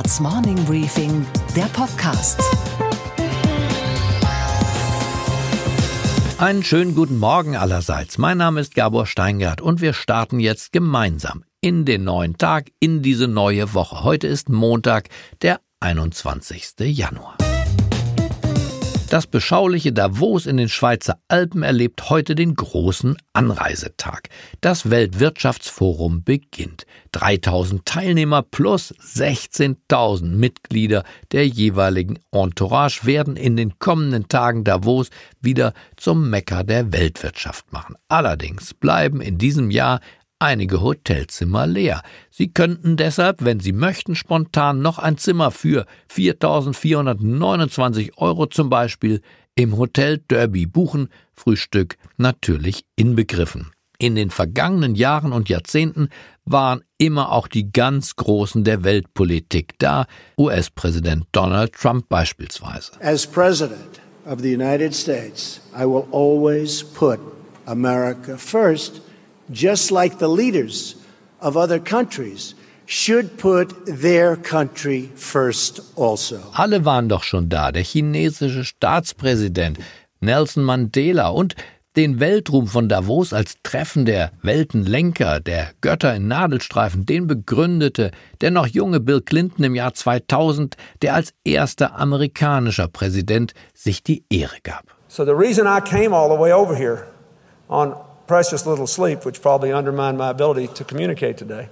Handelsblatts Morning Briefing, der Podcast. Einen schönen guten Morgen allerseits. Mein Name ist Gabor Steingart und wir starten jetzt gemeinsam in den neuen Tag, in diese neue Woche. Heute ist Montag, der 21. Januar. Das beschauliche Davos in den Schweizer Alpen erlebt heute den großen Anreisetag. Das Weltwirtschaftsforum beginnt. 3.000 Teilnehmer plus 16.000 Mitglieder der jeweiligen Entourage werden in den kommenden Tagen Davos wieder zum Mekka der Weltwirtschaft machen. Allerdings bleiben in diesem Jahr einige Hotelzimmer leer. Sie könnten deshalb, wenn Sie möchten, spontan noch ein Zimmer für 4.429 € zum Beispiel im Hotel Derby buchen, Frühstück natürlich inbegriffen. In den vergangenen Jahren und Jahrzehnten waren immer auch die ganz Großen der Weltpolitik da, US-Präsident Donald Trump beispielsweise. As President of the United States, I will always put America first. Just like the leaders of other countries should put their country first also. Alle waren doch schon da, der chinesische Staatspräsident Nelson Mandela und den Weltruhm von Davos als Treffen der Weltenlenker, der Götter in Nadelstreifen, den begründete der noch junge Bill Clinton im Jahr 2000, der als erster amerikanischer Präsident sich die Ehre gab. So the reason I came all the way over here on precious little sleep, which probably undermined my ability to communicate today,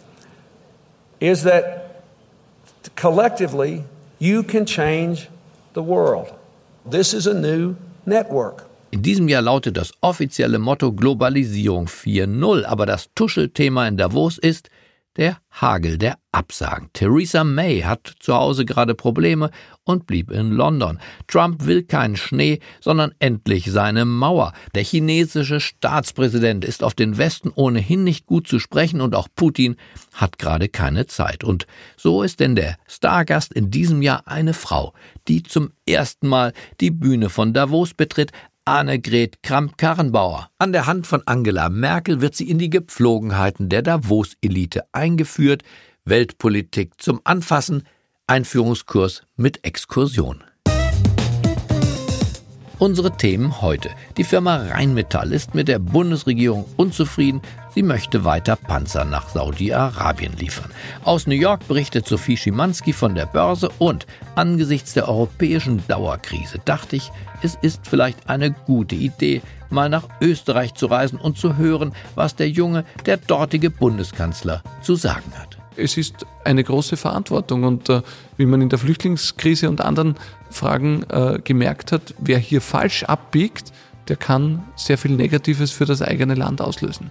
is that collectively you can change the world. This is a new network. In diesem Jahr lautet das offizielle Motto Globalisierung 4.0, aber das Tuschelthema in Davos ist der Hagel der Absagen. Theresa May hat zu Hause gerade Probleme und blieb in London. Trump will keinen Schnee, sondern endlich seine Mauer. Der chinesische Staatspräsident ist auf den Westen ohnehin nicht gut zu sprechen und auch Putin hat gerade keine Zeit. Und so ist denn der Stargast in diesem Jahr eine Frau, die zum ersten Mal die Bühne von Davos betritt. Annegret Kramp-Karrenbauer. An der Hand von Angela Merkel wird sie in die Gepflogenheiten der Davos-Elite eingeführt. Weltpolitik zum Anfassen, Einführungskurs mit Exkursion. Unsere Themen heute. Die Firma Rheinmetall ist mit der Bundesregierung unzufrieden. Sie möchte weiter Panzer nach Saudi-Arabien liefern. Aus New York berichtet Sophie Schimanski von der Börse und angesichts der europäischen Dauerkrise dachte ich, es ist vielleicht eine gute Idee, mal nach Österreich zu reisen und zu hören, was der dortige Bundeskanzler zu sagen hat. Es ist eine große Verantwortung und wie man in der Flüchtlingskrise und anderen Fragen gemerkt hat, wer hier falsch abbiegt, der kann sehr viel Negatives für das eigene Land auslösen.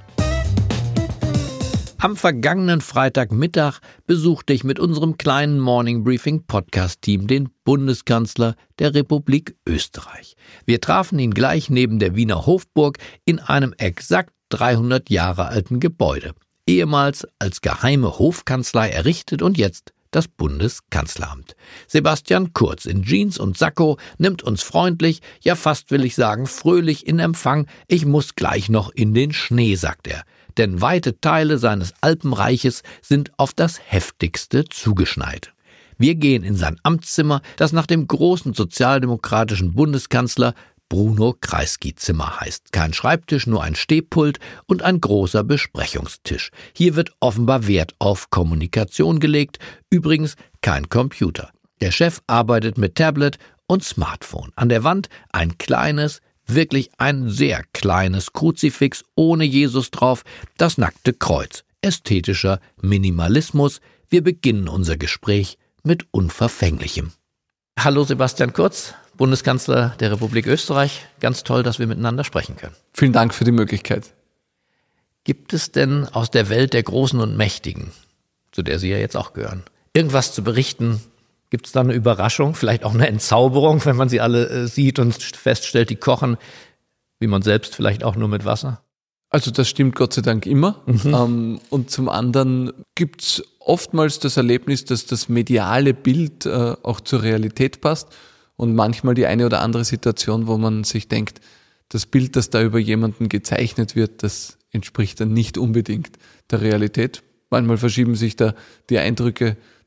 Am vergangenen Freitagmittag besuchte ich mit unserem kleinen Morning Briefing Podcast Team den Bundeskanzler der Republik Österreich. Wir trafen ihn gleich neben der Wiener Hofburg in einem exakt 300 Jahre alten Gebäude. Ehemals als geheime Hofkanzlei errichtet und jetzt das Bundeskanzleramt. Sebastian Kurz in Jeans und Sakko nimmt uns freundlich, ja fast will ich sagen fröhlich in Empfang. Ich muss gleich noch in den Schnee, sagt er. Denn weite Teile seines Alpenreiches sind auf das Heftigste zugeschneit. Wir gehen in sein Amtszimmer, das nach dem großen sozialdemokratischen Bundeskanzler Bruno Kreisky-Zimmer heißt. Kein Schreibtisch, nur ein Stehpult und ein großer Besprechungstisch. Hier wird offenbar Wert auf Kommunikation gelegt, übrigens kein Computer. Der Chef arbeitet mit Tablet und Smartphone. An der Wand ein kleines, wirklich ein sehr kleines Kruzifix ohne Jesus drauf, das nackte Kreuz. Ästhetischer Minimalismus. Wir beginnen unser Gespräch mit Unverfänglichem. Hallo Sebastian Kurz, Bundeskanzler der Republik Österreich. Ganz toll, dass wir miteinander sprechen können. Vielen Dank für die Möglichkeit. Gibt es denn aus der Welt der Großen und Mächtigen, zu der Sie ja jetzt auch gehören, irgendwas zu berichten? Gibt es da eine Überraschung, vielleicht auch eine Entzauberung, wenn man sie alle sieht und feststellt, die kochen, wie man selbst vielleicht auch nur mit Wasser? Also das stimmt Gott sei Dank immer. Und zum anderen gibt es oftmals das Erlebnis, dass das mediale Bild auch zur Realität passt und manchmal die eine oder andere Situation, wo man sich denkt, das Bild, das da über jemanden gezeichnet wird, das entspricht dann nicht unbedingt der Realität. Manchmal verschieben sich da die Eindrücke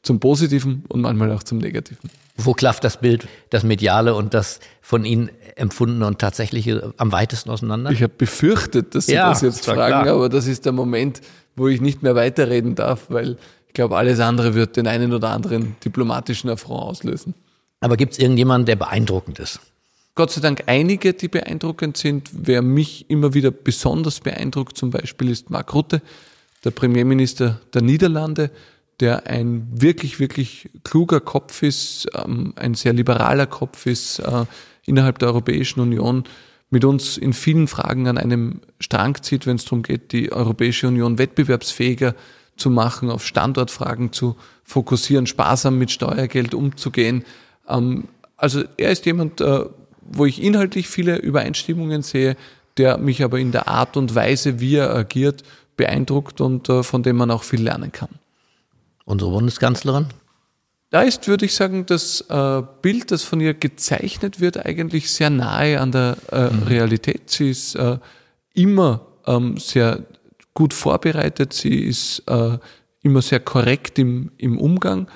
zum Positiven und manchmal auch zum Negativen. Wo klafft das Bild, das Mediale und das von Ihnen empfundene und tatsächliche am weitesten auseinander? Ich habe befürchtet, dass Sie das jetzt fragen, klar. aber das ist der Moment, wo ich nicht mehr weiterreden darf, weil ich glaube, alles andere wird den einen oder anderen diplomatischen Affront auslösen. Aber gibt es irgendjemanden, der beeindruckend ist? Gott sei Dank einige, die beeindruckend sind. Wer mich immer wieder besonders beeindruckt zum Beispiel ist Mark Rutte, der Premierminister der Niederlande, der ein wirklich, wirklich kluger Kopf ist, ein sehr liberaler Kopf ist, innerhalb der Europäischen Union mit uns in vielen Fragen an einem Strang zieht, wenn es darum geht, die Europäische Union wettbewerbsfähiger zu machen, auf Standortfragen zu fokussieren, sparsam mit Steuergeld umzugehen. Also er ist jemand, wo ich inhaltlich viele Übereinstimmungen sehe, der mich aber in der Art und Weise, wie er agiert, beeindruckt und von dem man auch viel lernen kann. Unsere Bundeskanzlerin? Da ist, würde ich sagen, das Bild, das von ihr gezeichnet wird, eigentlich sehr nahe an der Realität. Sie ist immer sehr gut vorbereitet, sie ist immer sehr korrekt im Umgang,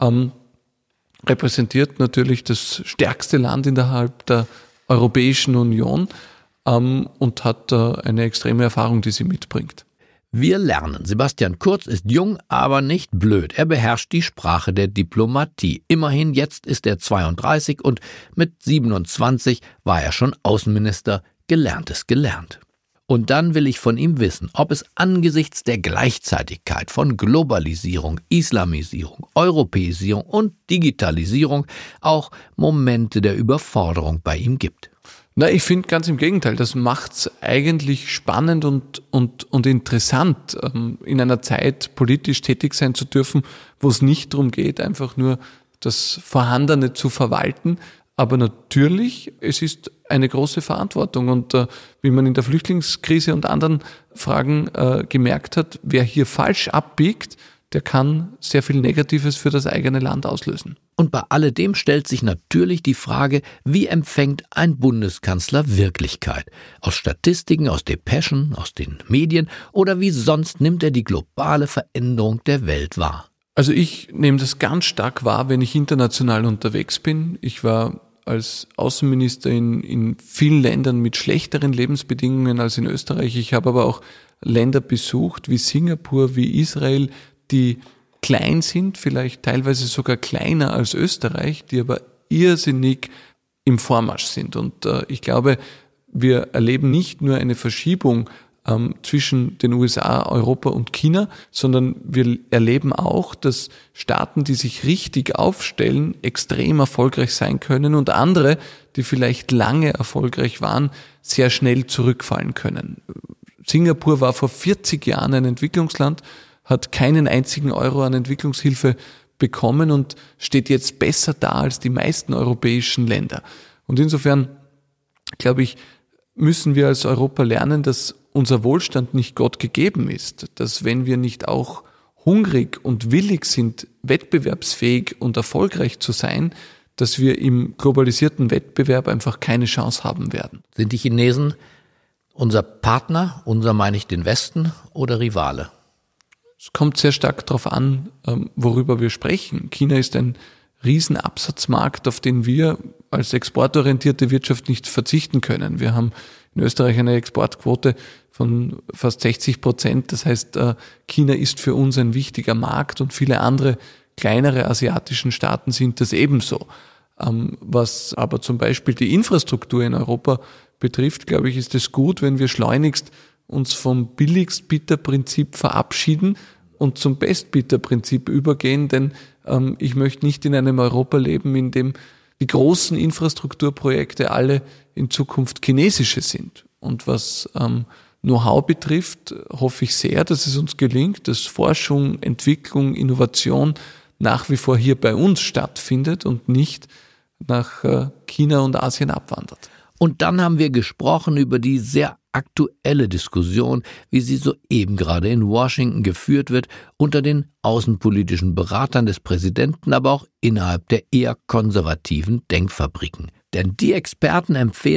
repräsentiert natürlich das stärkste Land innerhalb der Europäischen Union und hat eine extreme Erfahrung, die sie mitbringt. Wir lernen. Sebastian Kurz ist jung, aber nicht blöd. Er beherrscht die Sprache der Diplomatie. Immerhin, jetzt ist er 32 und mit 27 war er schon Außenminister. Gelerntes gelernt. Und dann will ich von ihm wissen, ob es angesichts der Gleichzeitigkeit von Globalisierung, Islamisierung, Europäisierung und Digitalisierung auch Momente der Überforderung bei ihm gibt. Na, ich finde ganz im Gegenteil, das macht's eigentlich spannend und interessant, in einer Zeit politisch tätig sein zu dürfen, wo es nicht darum geht, einfach nur das Vorhandene zu verwalten. Aber natürlich, es ist eine große Verantwortung und wie man in der Flüchtlingskrise und anderen Fragen gemerkt hat, wer hier falsch abbiegt, der kann sehr viel Negatives für das eigene Land auslösen. Und bei alledem stellt sich natürlich die Frage, wie empfängt ein Bundeskanzler Wirklichkeit? Aus Statistiken, aus Depeschen, aus den Medien oder wie sonst nimmt er die globale Veränderung der Welt wahr? Also ich nehme das ganz stark wahr, wenn ich international unterwegs bin. Ich war als Außenminister in vielen Ländern mit schlechteren Lebensbedingungen als in Österreich. Ich habe aber auch Länder besucht wie Singapur, wie Israel, die klein sind, vielleicht teilweise sogar kleiner als Österreich, die aber irrsinnig im Vormarsch sind. Und ich glaube, wir erleben nicht nur eine Verschiebung zwischen den USA, Europa und China, sondern wir erleben auch, dass Staaten, die sich richtig aufstellen, extrem erfolgreich sein können und andere, die vielleicht lange erfolgreich waren, sehr schnell zurückfallen können. Singapur war vor 40 Jahren ein Entwicklungsland, hat keinen einzigen Euro an Entwicklungshilfe bekommen und steht jetzt besser da als die meisten europäischen Länder. Und insofern, glaube ich, müssen wir als Europa lernen, dass unser Wohlstand nicht Gott gegeben ist, dass wenn wir nicht auch hungrig und willig sind, wettbewerbsfähig und erfolgreich zu sein, dass wir im globalisierten Wettbewerb einfach keine Chance haben werden. Sind die Chinesen unser Partner, unser meine ich den Westen oder Rivale? Es kommt sehr stark darauf an, worüber wir sprechen. China ist ein Riesenabsatzmarkt, auf den wir als exportorientierte Wirtschaft nicht verzichten können. Wir haben in Österreich eine Exportquote von fast 60%. Das heißt, China ist für uns ein wichtiger Markt und viele andere kleinere asiatischen Staaten sind das ebenso. Was aber zum Beispiel die Infrastruktur in Europa betrifft, glaube ich, ist es gut, wenn wir schleunigst uns vom Billigstbieterprinzip verabschieden und zum Bestbieterprinzip übergehen, denn ich möchte nicht in einem Europa leben, in dem die großen Infrastrukturprojekte alle in Zukunft chinesische sind. Und was Know-how betrifft, hoffe ich sehr, dass es uns gelingt, dass Forschung, Entwicklung, Innovation nach wie vor hier bei uns stattfindet und nicht nach China und Asien abwandert. Und dann haben wir gesprochen über die sehr aktuelle Diskussion, wie sie soeben gerade in Washington geführt wird, unter den außenpolitischen Beratern des Präsidenten, aber auch innerhalb der eher konservativen Denkfabriken. Denn die Experten empfehlen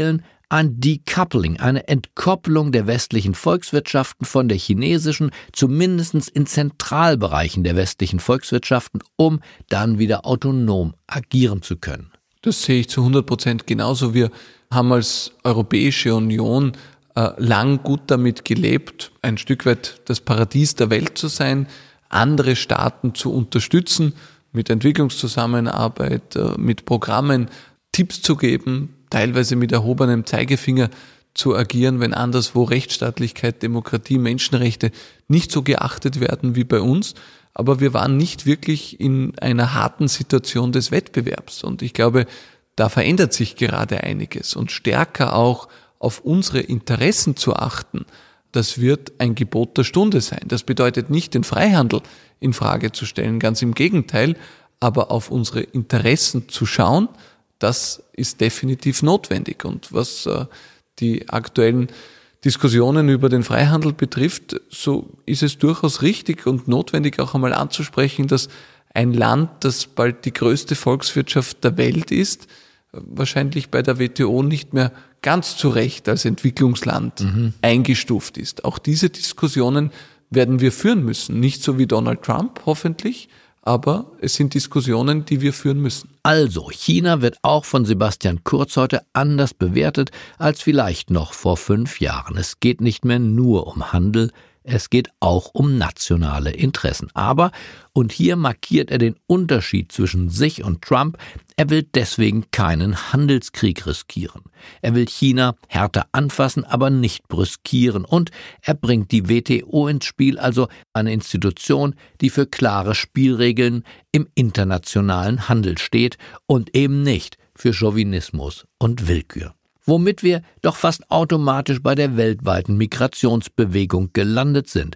ein Decoupling, eine Entkopplung der westlichen Volkswirtschaften von der chinesischen, zumindest in Zentralbereichen der westlichen Volkswirtschaften, um dann wieder autonom agieren zu können. Das sehe ich zu 100% genauso. Wir haben als Europäische Union lang gut damit gelebt, ein Stück weit das Paradies der Welt zu sein, andere Staaten zu unterstützen, mit Entwicklungszusammenarbeit, mit Programmen, Tipps zu geben, teilweise mit erhobenem Zeigefinger zu agieren, wenn anderswo Rechtsstaatlichkeit, Demokratie, Menschenrechte nicht so geachtet werden wie bei uns. Aber wir waren nicht wirklich in einer harten Situation des Wettbewerbs. Und ich glaube, da verändert sich gerade einiges. Und stärker auch auf unsere Interessen zu achten, das wird ein Gebot der Stunde sein. Das bedeutet nicht, den Freihandel in Frage zu stellen, ganz im Gegenteil, aber auf unsere Interessen zu schauen, das ist definitiv notwendig. Und was die aktuellen Diskussionen über den Freihandel betrifft, so ist es durchaus richtig und notwendig auch einmal anzusprechen, dass ein Land, das bald die größte Volkswirtschaft der Welt ist, wahrscheinlich bei der WTO nicht mehr ganz zu Recht als Entwicklungsland eingestuft ist. Auch diese Diskussionen werden wir führen müssen. Nicht so wie Donald Trump, hoffentlich, aber es sind Diskussionen, die wir führen müssen. Also, China wird auch von Sebastian Kurz heute anders bewertet als vielleicht noch vor 5 Jahren. Es geht nicht mehr nur um Handel, es geht auch um nationale Interessen. Aber, und hier markiert er den Unterschied zwischen sich und Trump, er will deswegen keinen Handelskrieg riskieren. Er will China härter anfassen, aber nicht brüskieren. Und er bringt die WTO ins Spiel, also eine Institution, die für klare Spielregeln im internationalen Handel steht und eben nicht für Chauvinismus und Willkür. Womit wir doch fast automatisch bei der weltweiten Migrationsbewegung gelandet sind.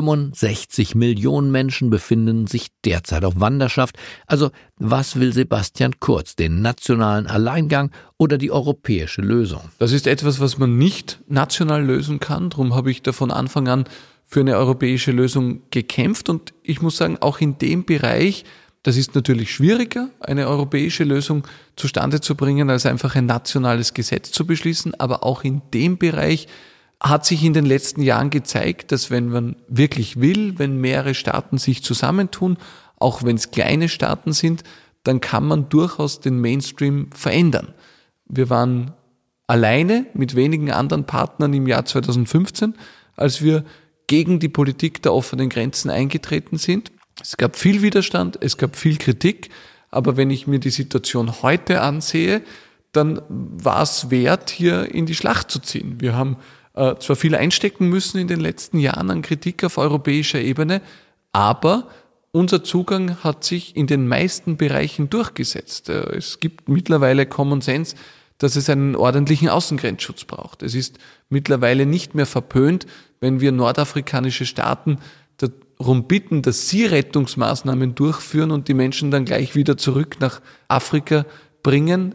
65 Millionen Menschen befinden sich derzeit auf Wanderschaft. Also was will Sebastian Kurz, den nationalen Alleingang oder die europäische Lösung? Das ist etwas, was man nicht national lösen kann. Darum habe ich da von Anfang an für eine europäische Lösung gekämpft. Und ich muss sagen, auch in dem Bereich, das ist natürlich schwieriger, eine europäische Lösung zustande zu bringen, als einfach ein nationales Gesetz zu beschließen. Aber auch in dem Bereich hat sich in den letzten Jahren gezeigt, dass wenn man wirklich will, wenn mehrere Staaten sich zusammentun, auch wenn es kleine Staaten sind, dann kann man durchaus den Mainstream verändern. Wir waren alleine mit wenigen anderen Partnern im Jahr 2015, als wir gegen die Politik der offenen Grenzen eingetreten sind. Es gab viel Widerstand, es gab viel Kritik, aber wenn ich mir die Situation heute ansehe, dann war es wert, hier in die Schlacht zu ziehen. Wir haben zwar viel einstecken müssen in den letzten Jahren an Kritik auf europäischer Ebene, aber unser Zugang hat sich in den meisten Bereichen durchgesetzt. Es gibt mittlerweile Common Sense, dass es einen ordentlichen Außengrenzschutz braucht. Es ist mittlerweile nicht mehr verpönt, wenn wir nordafrikanische Staaten darum bitten, dass sie Rettungsmaßnahmen durchführen und die Menschen dann gleich wieder zurück nach Afrika bringen,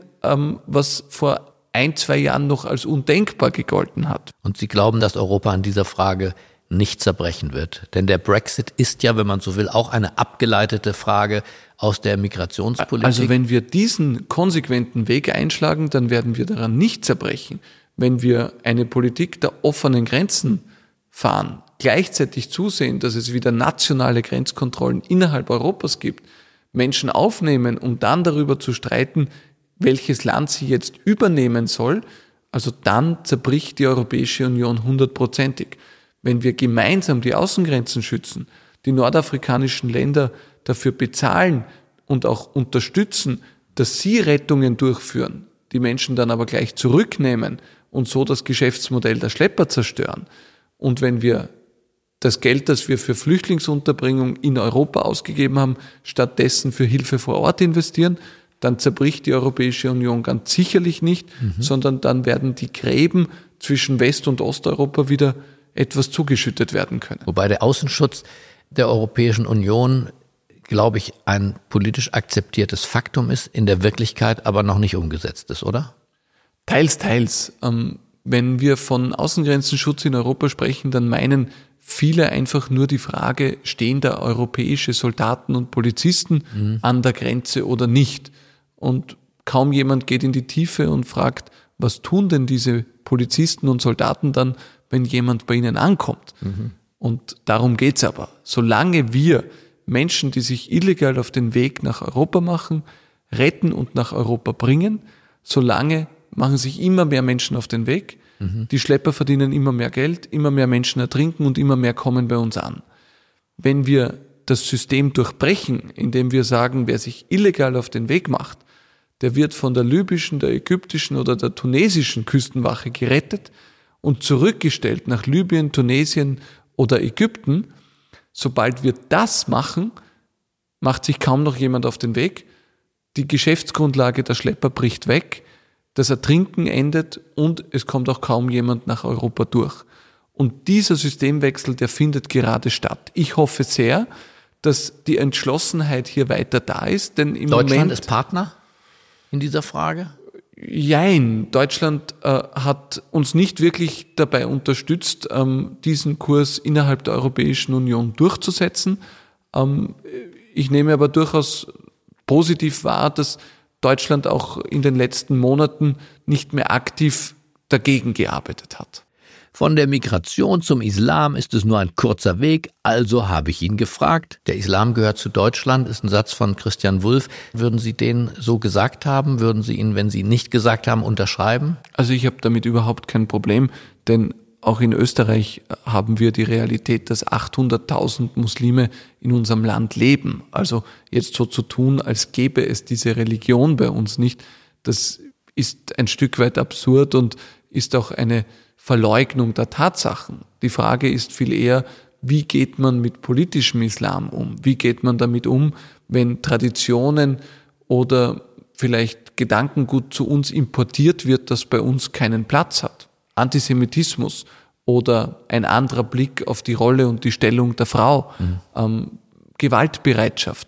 was vor 1-2 Jahren noch als undenkbar gegolten hat. Und Sie glauben, dass Europa an dieser Frage nicht zerbrechen wird? Denn der Brexit ist ja, wenn man so will, auch eine abgeleitete Frage aus der Migrationspolitik. Also wenn wir diesen konsequenten Weg einschlagen, dann werden wir daran nicht zerbrechen. Wenn wir eine Politik der offenen Grenzen fahren, gleichzeitig zusehen, dass es wieder nationale Grenzkontrollen innerhalb Europas gibt, Menschen aufnehmen, um dann darüber zu streiten, welches Land sie jetzt übernehmen soll, also dann zerbricht die Europäische Union 100%. Wenn wir gemeinsam die Außengrenzen schützen, die nordafrikanischen Länder dafür bezahlen und auch unterstützen, dass sie Rettungen durchführen, die Menschen dann aber gleich zurücknehmen und so das Geschäftsmodell der Schlepper zerstören. Und wenn wir das Geld, das wir für Flüchtlingsunterbringung in Europa ausgegeben haben, stattdessen für Hilfe vor Ort investieren, dann zerbricht die Europäische Union ganz sicherlich nicht, sondern dann werden die Gräben zwischen West- und Osteuropa wieder etwas zugeschüttet werden können. Wobei der Außenschutz der Europäischen Union, glaube ich, ein politisch akzeptiertes Faktum ist, in der Wirklichkeit aber noch nicht umgesetzt ist, oder? Teils. Wenn wir von Außengrenzenschutz in Europa sprechen, dann meinen viele einfach nur die Frage, stehen da europäische Soldaten und Polizisten an der Grenze oder nicht? Und kaum jemand geht in die Tiefe und fragt, was tun denn diese Polizisten und Soldaten dann, wenn jemand bei ihnen ankommt? Und darum geht's aber. Solange wir Menschen, die sich illegal auf den Weg nach Europa machen, retten und nach Europa bringen, solange machen sich immer mehr Menschen auf den Weg. Die Schlepper verdienen immer mehr Geld, immer mehr Menschen ertrinken und immer mehr kommen bei uns an. Wenn wir das System durchbrechen, indem wir sagen, wer sich illegal auf den Weg macht, der wird von der libyschen, der ägyptischen oder der tunesischen Küstenwache gerettet und zurückgestellt nach Libyen, Tunesien oder Ägypten. Sobald wir das machen, macht sich kaum noch jemand auf den Weg. Die Geschäftsgrundlage der Schlepper bricht weg, das Ertrinken endet und es kommt auch kaum jemand nach Europa durch. Und dieser Systemwechsel, der findet gerade statt. Ich hoffe sehr, dass die Entschlossenheit hier weiter da ist, denn im Deutschland ist Partner in dieser Frage? Jein. Deutschland hat uns nicht wirklich dabei unterstützt, diesen Kurs innerhalb der Europäischen Union durchzusetzen. Ich nehme aber durchaus positiv wahr, dass Deutschland auch in den letzten Monaten nicht mehr aktiv dagegen gearbeitet hat. Von der Migration zum Islam ist es nur ein kurzer Weg, also habe ich ihn gefragt. Der Islam gehört zu Deutschland, ist ein Satz von Christian Wulff. Würden Sie den so gesagt haben? Würden Sie ihn, wenn Sie ihn nicht gesagt haben, unterschreiben? Also ich habe damit überhaupt kein Problem, denn auch in Österreich haben wir die Realität, dass 800.000 Muslime in unserem Land leben. Also jetzt so zu tun, als gäbe es diese Religion bei uns nicht, das ist ein Stück weit absurd und ist auch eine Verleugnung der Tatsachen. Die Frage ist viel eher, wie geht man mit politischem Islam um? Wie geht man damit um, wenn Traditionen oder vielleicht Gedankengut zu uns importiert wird, das bei uns keinen Platz hat? Antisemitismus oder ein anderer Blick auf die Rolle und die Stellung der Frau, Gewaltbereitschaft,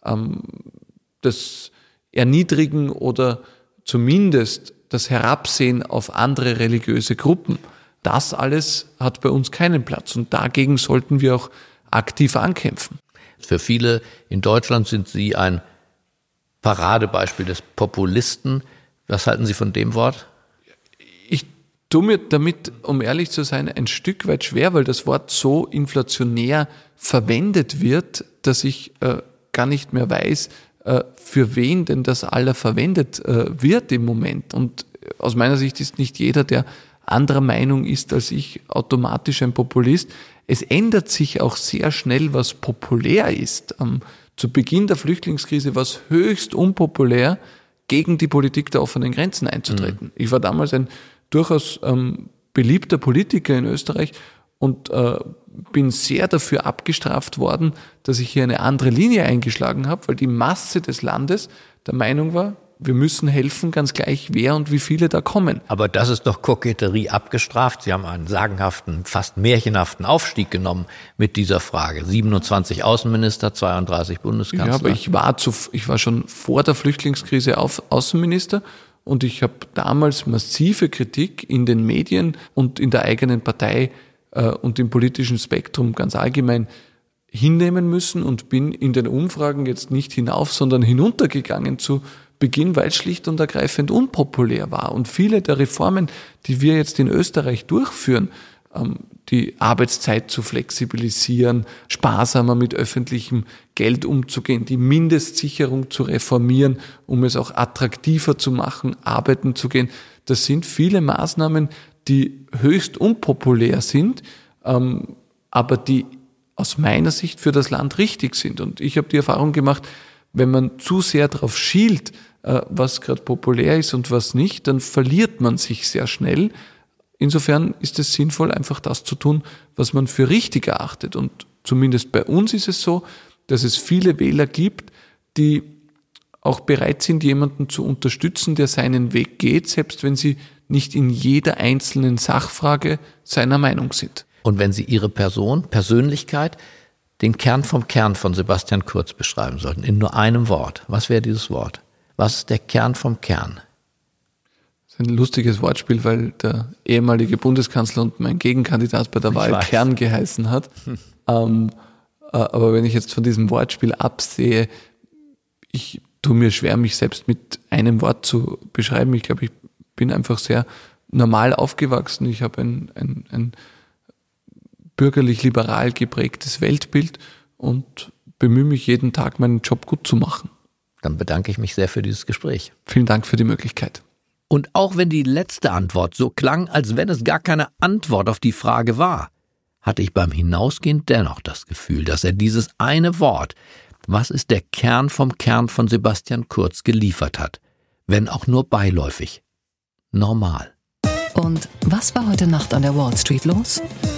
das Erniedrigen oder zumindest das Herabsehen auf andere religiöse Gruppen. Das alles hat bei uns keinen Platz und dagegen sollten wir auch aktiv ankämpfen. Für viele in Deutschland sind Sie ein Paradebeispiel des Populisten. Was halten Sie von dem Wort? Ich tue mir damit, um ehrlich zu sein, ein Stück weit schwer, weil das Wort so inflationär verwendet wird, dass ich gar nicht mehr weiß, für wen denn das aller verwendet wird im Moment. Und aus meiner Sicht ist nicht jeder, der anderer Meinung ist als ich, automatisch ein Populist. Es ändert sich auch sehr schnell, was populär ist. Zu Beginn der Flüchtlingskrise war es höchst unpopulär, gegen die Politik der offenen Grenzen einzutreten. Ich war damals ein durchaus beliebter Politiker in Österreich und bin sehr dafür abgestraft worden, dass ich hier eine andere Linie eingeschlagen habe, weil die Masse des Landes der Meinung war, wir müssen helfen, ganz gleich wer und wie viele da kommen. Aber das ist doch Koketterie abgestraft. Sie haben einen sagenhaften, fast märchenhaften Aufstieg genommen mit dieser Frage. 27 Außenminister, 32 Bundeskanzler. Ja, aber ich war schon vor der Flüchtlingskrise Außenminister und ich habe damals massive Kritik in den Medien und in der eigenen Partei und im politischen Spektrum ganz allgemein hinnehmen müssen und bin in den Umfragen jetzt nicht hinauf, sondern hinuntergegangen zu Beginn, weil es schlicht und ergreifend unpopulär war. Und viele der Reformen, die wir jetzt in Österreich durchführen, die Arbeitszeit zu flexibilisieren, sparsamer mit öffentlichem Geld umzugehen, die Mindestsicherung zu reformieren, um es auch attraktiver zu machen, arbeiten zu gehen, das sind viele Maßnahmen, die höchst unpopulär sind, aber die aus meiner Sicht für das Land richtig sind. Und ich habe die Erfahrung gemacht, wenn man zu sehr darauf schielt, was gerade populär ist und was nicht, dann verliert man sich sehr schnell. Insofern ist es sinnvoll, einfach das zu tun, was man für richtig erachtet. Und zumindest bei uns ist es so, dass es viele Wähler gibt, die auch bereit sind, jemanden zu unterstützen, der seinen Weg geht, selbst wenn sie nicht in jeder einzelnen Sachfrage seiner Meinung sind. Und wenn Sie Ihre Persönlichkeit, den Kern vom Kern von Sebastian Kurz beschreiben sollten, in nur einem Wort, was wäre dieses Wort? Was ist der Kern vom Kern? Das ist ein lustiges Wortspiel, weil der ehemalige Bundeskanzler und mein Gegenkandidat bei der Wahl Kern geheißen hat. Aber wenn ich jetzt von diesem Wortspiel absehe, ich tue mir schwer, mich selbst mit einem Wort zu beschreiben. Ich glaube, ich bin einfach sehr normal aufgewachsen. Ich habe ein bürgerlich-liberal geprägtes Weltbild und bemühe mich jeden Tag, meinen Job gut zu machen. Dann bedanke ich mich sehr für dieses Gespräch. Vielen Dank für die Möglichkeit. Und auch wenn die letzte Antwort so klang, als wenn es gar keine Antwort auf die Frage war, hatte ich beim Hinausgehen dennoch das Gefühl, dass er dieses eine Wort, was ist der Kern vom Kern von Sebastian Kurz, geliefert hat, wenn auch nur beiläufig. Normal. Und was war heute Nacht an der Wall Street los?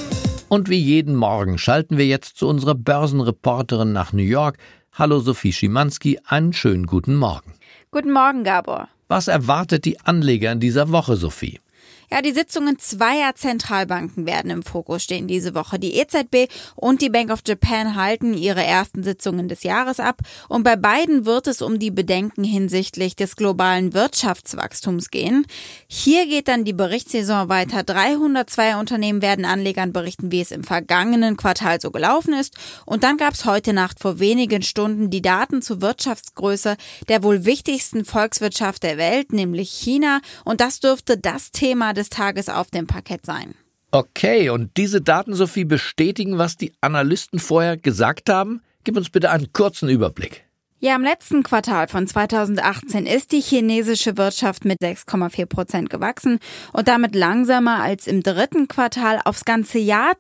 Und wie jeden Morgen schalten wir jetzt zu unserer Börsenreporterin nach New York. Hallo Sophie Schimanski, einen schönen guten Morgen. Guten Morgen, Gabor. Was erwartet die Anleger in dieser Woche, Sophie? Ja, die Sitzungen zweier Zentralbanken werden im Fokus stehen diese Woche. Die EZB und die Bank of Japan halten ihre ersten Sitzungen des Jahres ab. Und bei beiden wird es um die Bedenken hinsichtlich des globalen Wirtschaftswachstums gehen. Hier geht dann die Berichtssaison weiter. 302 Unternehmen werden Anlegern berichten, wie es im vergangenen Quartal so gelaufen ist. Und dann gab es heute Nacht vor wenigen Stunden die Daten zur Wirtschaftsgröße der wohl wichtigsten Volkswirtschaft der Welt, nämlich China. Und das dürfte das Thema des Tages auf dem Parkett sein. Okay, und diese Daten, Sophie, bestätigen, was die Analysten vorher gesagt haben? Gib uns bitte einen kurzen Überblick. Ja, im letzten Quartal von 2018 ist die chinesische Wirtschaft mit 6,4% gewachsen und damit langsamer als im dritten Quartal. Aufs ganze Jahr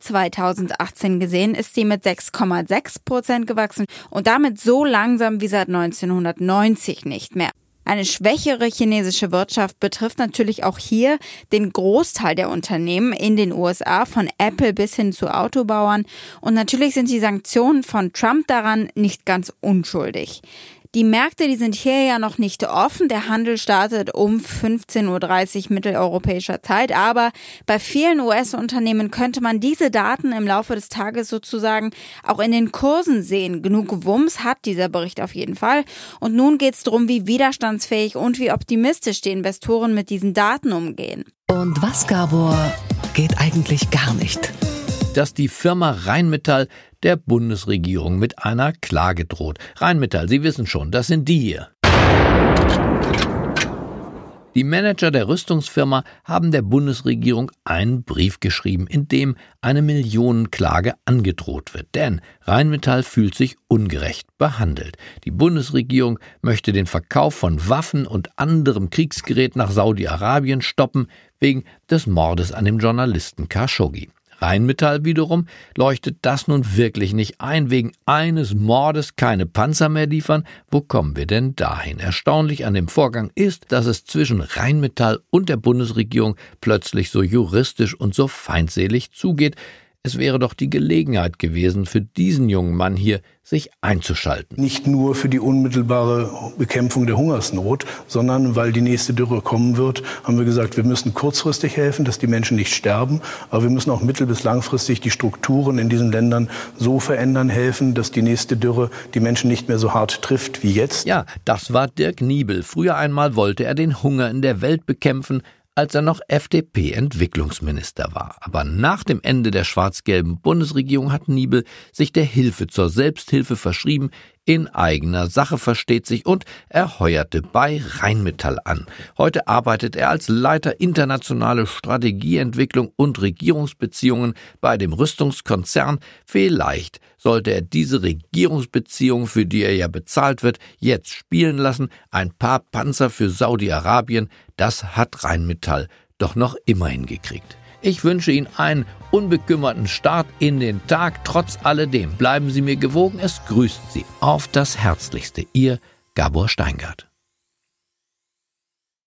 2018 gesehen ist sie mit 6,6% gewachsen und damit so langsam wie seit 1990 nicht mehr. Eine schwächere chinesische Wirtschaft betrifft natürlich auch hier den Großteil der Unternehmen in den USA, von Apple bis hin zu Autobauern. Und natürlich sind die Sanktionen von Trump daran nicht ganz unschuldig. Die Märkte, die sind hier ja noch nicht offen. Der Handel startet um 15.30 Uhr mitteleuropäischer Zeit. Aber bei vielen US-Unternehmen könnte man diese Daten im Laufe des Tages sozusagen auch in den Kursen sehen. Genug Wumms hat dieser Bericht auf jeden Fall. Und nun geht es darum, wie widerstandsfähig und wie optimistisch die Investoren mit diesen Daten umgehen. Und was, Gabor, geht eigentlich gar nicht? Dass die Firma Rheinmetall der Bundesregierung mit einer Klage droht. Rheinmetall, Sie wissen schon, das sind die hier. Die Manager der Rüstungsfirma haben der Bundesregierung einen Brief geschrieben, in dem eine Millionenklage angedroht wird. Denn Rheinmetall fühlt sich ungerecht behandelt. Die Bundesregierung möchte den Verkauf von Waffen und anderem Kriegsgerät nach Saudi-Arabien stoppen, wegen des Mordes an dem Journalisten Khashoggi. Rheinmetall wiederum leuchtet das nun wirklich nicht ein. Wegen eines Mordes keine Panzer mehr liefern? Wo kommen wir denn dahin? Erstaunlich an dem Vorgang ist, dass es zwischen Rheinmetall und der Bundesregierung plötzlich so juristisch und so feindselig zugeht. Es wäre doch die Gelegenheit gewesen, für diesen jungen Mann hier sich einzuschalten. Nicht nur für die unmittelbare Bekämpfung der Hungersnot, sondern weil die nächste Dürre kommen wird, haben wir gesagt, wir müssen kurzfristig helfen, dass die Menschen nicht sterben, aber wir müssen auch mittel- bis langfristig die Strukturen in diesen Ländern so verändern, helfen, dass die nächste Dürre die Menschen nicht mehr so hart trifft wie jetzt. Ja, das war Dirk Niebel. Früher einmal wollte er den Hunger in der Welt bekämpfen, als er noch FDP-Entwicklungsminister war. Aber nach dem Ende der schwarz-gelben Bundesregierung hat Niebel sich der Hilfe zur Selbsthilfe verschrieben, in eigener Sache versteht sich, und er heuerte bei Rheinmetall an. Heute arbeitet er als Leiter internationale Strategieentwicklung und Regierungsbeziehungen bei dem Rüstungskonzern. Vielleicht sollte er diese Regierungsbeziehungen, für die er ja bezahlt wird, jetzt spielen lassen. Ein paar Panzer für Saudi-Arabien, das hat Rheinmetall doch noch immer hingekriegt. Ich wünsche Ihnen einen unbekümmerten Start in den Tag. Trotz alledem bleiben Sie mir gewogen. Es grüßt Sie auf das Herzlichste. Ihr Gabor Steingart.